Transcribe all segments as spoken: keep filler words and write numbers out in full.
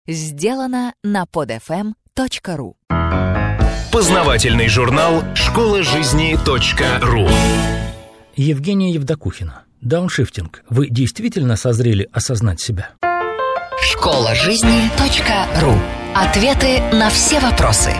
Сделано на под эф эм точка ру. Познавательный журнал школа жизни точка ру. Евгения Евдокухина. Дауншифтинг. Вы действительно созрели осознать себя? школа жизни точка ру. Ответы на все вопросы.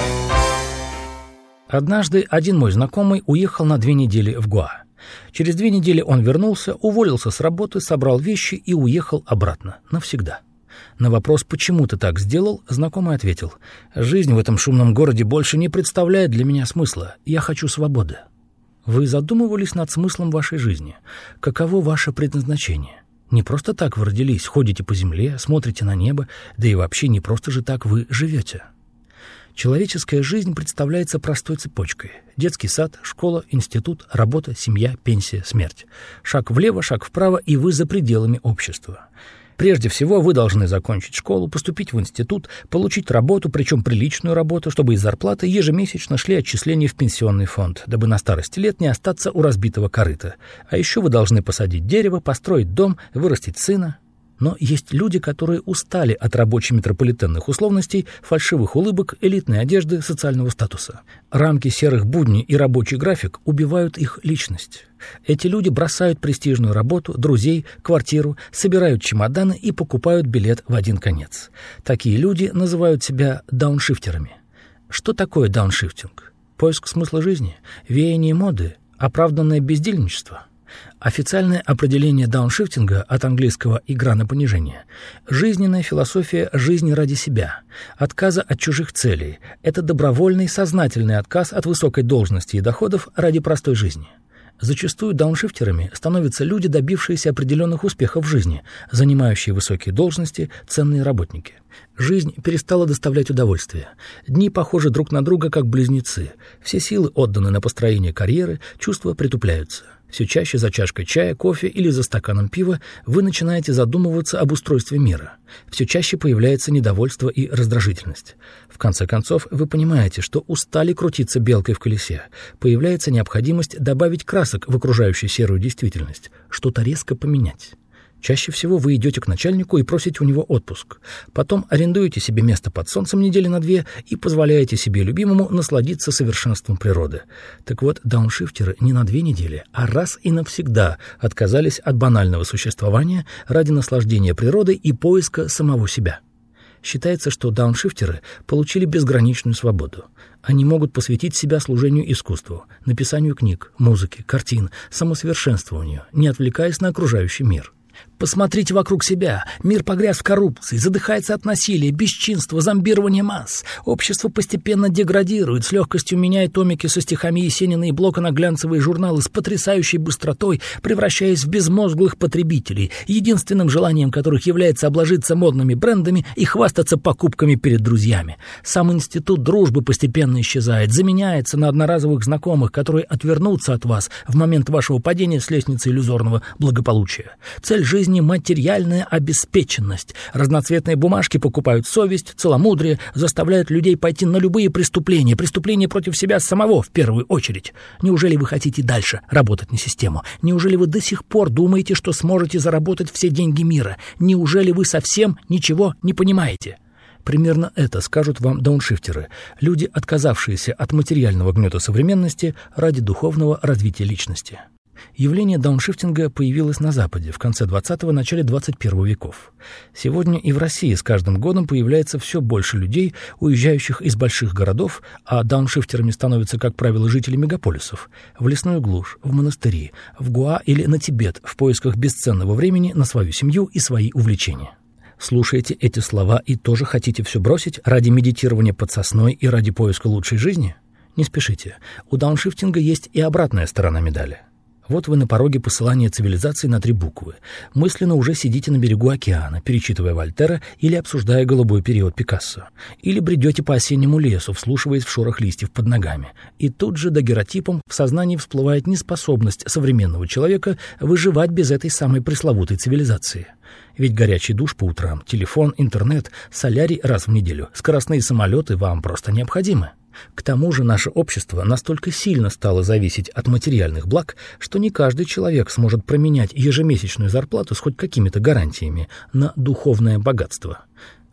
Однажды один мой знакомый уехал на две недели в Гоа. Через две недели он вернулся, уволился с работы, собрал вещи и уехал обратно. Навсегда. На вопрос, почему ты так сделал, знакомый ответил: «Жизнь в этом шумном городе больше не представляет для меня смысла. Я хочу свободы». Вы задумывались над смыслом вашей жизни? Каково ваше предназначение? Не просто так вы родились, ходите по земле, смотрите на небо, да и вообще не просто же так вы живете. Человеческая жизнь представляется простой цепочкой. Детский сад, школа, институт, работа, семья, пенсия, смерть. Шаг влево, шаг вправо, и вы за пределами общества. Прежде всего, вы должны закончить школу, поступить в институт, получить работу, причем приличную работу, чтобы из зарплаты ежемесячно шли отчисления в пенсионный фонд, дабы на старости лет не остаться у разбитого корыта. А еще вы должны посадить дерево, построить дом, вырастить сына. Но есть люди, которые устали от рабоче-метрополитенных условностей, фальшивых улыбок, элитной одежды, социального статуса. Рамки серых будней и рабочий график убивают их личность. Эти люди бросают престижную работу, друзей, квартиру, собирают чемоданы и покупают билет в один конец. Такие люди называют себя дауншифтерами. Что такое дауншифтинг? Поиск смысла жизни? Веяние моды? Оправданное бездельничество? Официальное определение дауншифтинга от английского «игра на понижение» – жизненная философия жизни ради себя, отказа от чужих целей. Это добровольный, сознательный отказ от высокой должности и доходов ради простой жизни. Зачастую дауншифтерами становятся люди, добившиеся определенных успехов в жизни, занимающие высокие должности, ценные работники. Жизнь перестала доставлять удовольствие. Дни похожи друг на друга, как близнецы. Все силы отданы на построение карьеры, чувства притупляются. Все чаще за чашкой чая, кофе или за стаканом пива вы начинаете задумываться об устройстве мира. Все чаще появляется недовольство и раздражительность. В конце концов, вы понимаете, что устали крутиться белкой в колесе. Появляется необходимость добавить красок в окружающую серую действительность, что-то резко поменять. Чаще всего вы идете к начальнику и просите у него отпуск. Потом арендуете себе место под солнцем недели на две и позволяете себе любимому насладиться совершенством природы. Так вот, дауншифтеры не на две недели, а раз и навсегда отказались от банального существования ради наслаждения природой и поиска самого себя. Считается, что дауншифтеры получили безграничную свободу. Они могут посвятить себя служению искусству, написанию книг, музыки, картин, самосовершенствованию, не отвлекаясь на окружающий мир. Посмотрите вокруг себя. Мир погряз в коррупции, задыхается от насилия, бесчинства, зомбирования масс. Общество постепенно деградирует, с легкостью меняет томики со стихами Есенина и Блока на глянцевые журналы с потрясающей быстротой, превращаясь в безмозглых потребителей, единственным желанием которых является обложиться модными брендами и хвастаться покупками перед друзьями. Сам институт дружбы постепенно исчезает, заменяется на одноразовых знакомых, которые отвернутся от вас в момент вашего падения с лестницы иллюзорного благополучия. Цель жизни – материальная обеспеченность. Разноцветные бумажки покупают совесть, целомудрие, заставляют людей пойти на любые преступления, преступления против себя самого в первую очередь. Неужели вы хотите дальше работать на систему? Неужели вы до сих пор думаете, что сможете заработать все деньги мира? Неужели вы совсем ничего не понимаете? Примерно это скажут вам дауншифтеры, люди, отказавшиеся от материального гнета современности ради духовного развития личности. Явление дауншифтинга появилось на Западе в конце двадцатого – начале двадцать первого веков. Сегодня и в России с каждым годом появляется все больше людей, уезжающих из больших городов, а дауншифтерами становятся, как правило, жители мегаполисов, в лесную глушь, в монастыри, в Гоа или на Тибет в поисках бесценного времени на свою семью и свои увлечения. Слушаете эти слова и тоже хотите все бросить ради медитирования под сосной и ради поиска лучшей жизни? Не спешите. У дауншифтинга есть и обратная сторона медали. Вот вы на пороге посылания цивилизации на три буквы. Мысленно уже сидите на берегу океана, перечитывая Вольтера или обсуждая голубой период Пикассо. Или бредете по осеннему лесу, вслушиваясь в шорох листьев под ногами. И тут же дагеротипом в сознании всплывает неспособность современного человека выживать без этой самой пресловутой цивилизации. Ведь горячий душ по утрам, телефон, интернет, солярий раз в неделю, скоростные самолеты вам просто необходимы. К тому же наше общество настолько сильно стало зависеть от материальных благ, что не каждый человек сможет променять ежемесячную зарплату с хоть какими-то гарантиями на духовное богатство.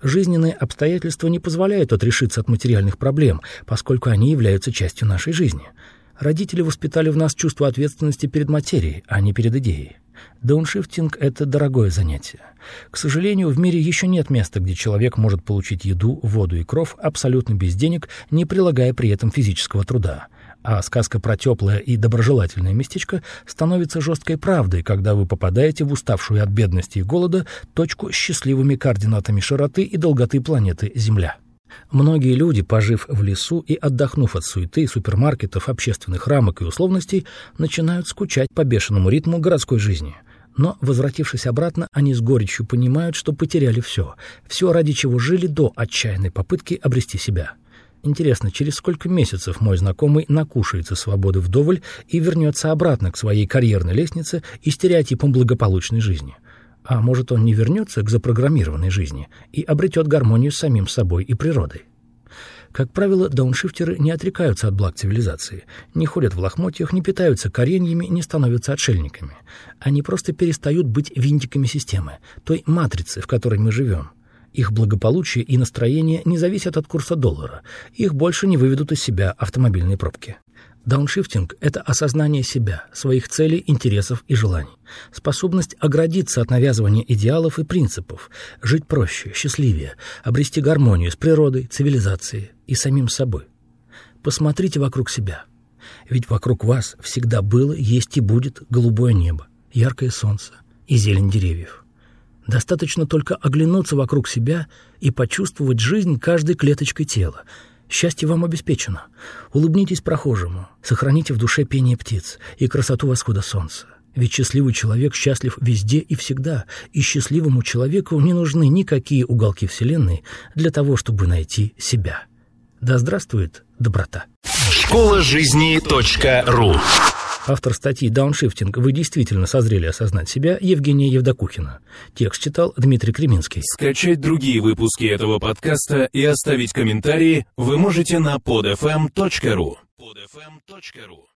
Жизненные обстоятельства не позволяют отрешиться от материальных проблем, поскольку они являются частью нашей жизни. Родители воспитали в нас чувство ответственности перед материей, а не перед идеей. Дауншифтинг – это дорогое занятие. К сожалению, в мире еще нет места, где человек может получить еду, воду и кров абсолютно без денег, не прилагая при этом физического труда. А сказка про теплое и доброжелательное местечко становится жесткой правдой, когда вы попадаете в уставшую от бедности и голода точку с счастливыми координатами широты и долготы планеты Земля. Многие люди, пожив в лесу и отдохнув от суеты, супермаркетов, общественных рамок и условностей, начинают скучать по бешеному ритму городской жизни. Но, возвратившись обратно, они с горечью понимают, что потеряли все. Все, ради чего жили до отчаянной попытки обрести себя. Интересно, через сколько месяцев мой знакомый накушается свободы вдоволь и вернется обратно к своей карьерной лестнице и стереотипам благополучной жизни? А может, он не вернется к запрограммированной жизни и обретет гармонию с самим собой и природой? Как правило, дауншифтеры не отрекаются от благ цивилизации, не ходят в лохмотьях, не питаются кореньями, не становятся отшельниками. Они просто перестают быть винтиками системы, той матрицы, в которой мы живем. Их благополучие и настроение не зависят от курса доллара, их больше не выведут из себя автомобильные пробки. Дауншифтинг – это осознание себя, своих целей, интересов и желаний, способность оградиться от навязывания идеалов и принципов, жить проще, счастливее, обрести гармонию с природой, цивилизацией и самим собой. Посмотрите вокруг себя. Ведь вокруг вас всегда было, есть и будет голубое небо, яркое солнце и зелень деревьев. Достаточно только оглянуться вокруг себя и почувствовать жизнь каждой клеточкой тела. Счастье вам обеспечено. Улыбнитесь прохожему, сохраните в душе пение птиц и красоту восхода солнца. Ведь счастливый человек счастлив везде и всегда, и счастливому человеку не нужны никакие уголки Вселенной для того, чтобы найти себя. Да здравствует доброта! школа жизни точка ру. Автор статьи «Дауншифтинг. Вы действительно созрели осознать себя» Евгения Евдокухина. Текст читал Дмитрий Креминский. Скачать другие выпуски этого подкаста и оставить комментарии вы можете на под эф эм точка ру. под эф эм точка ру.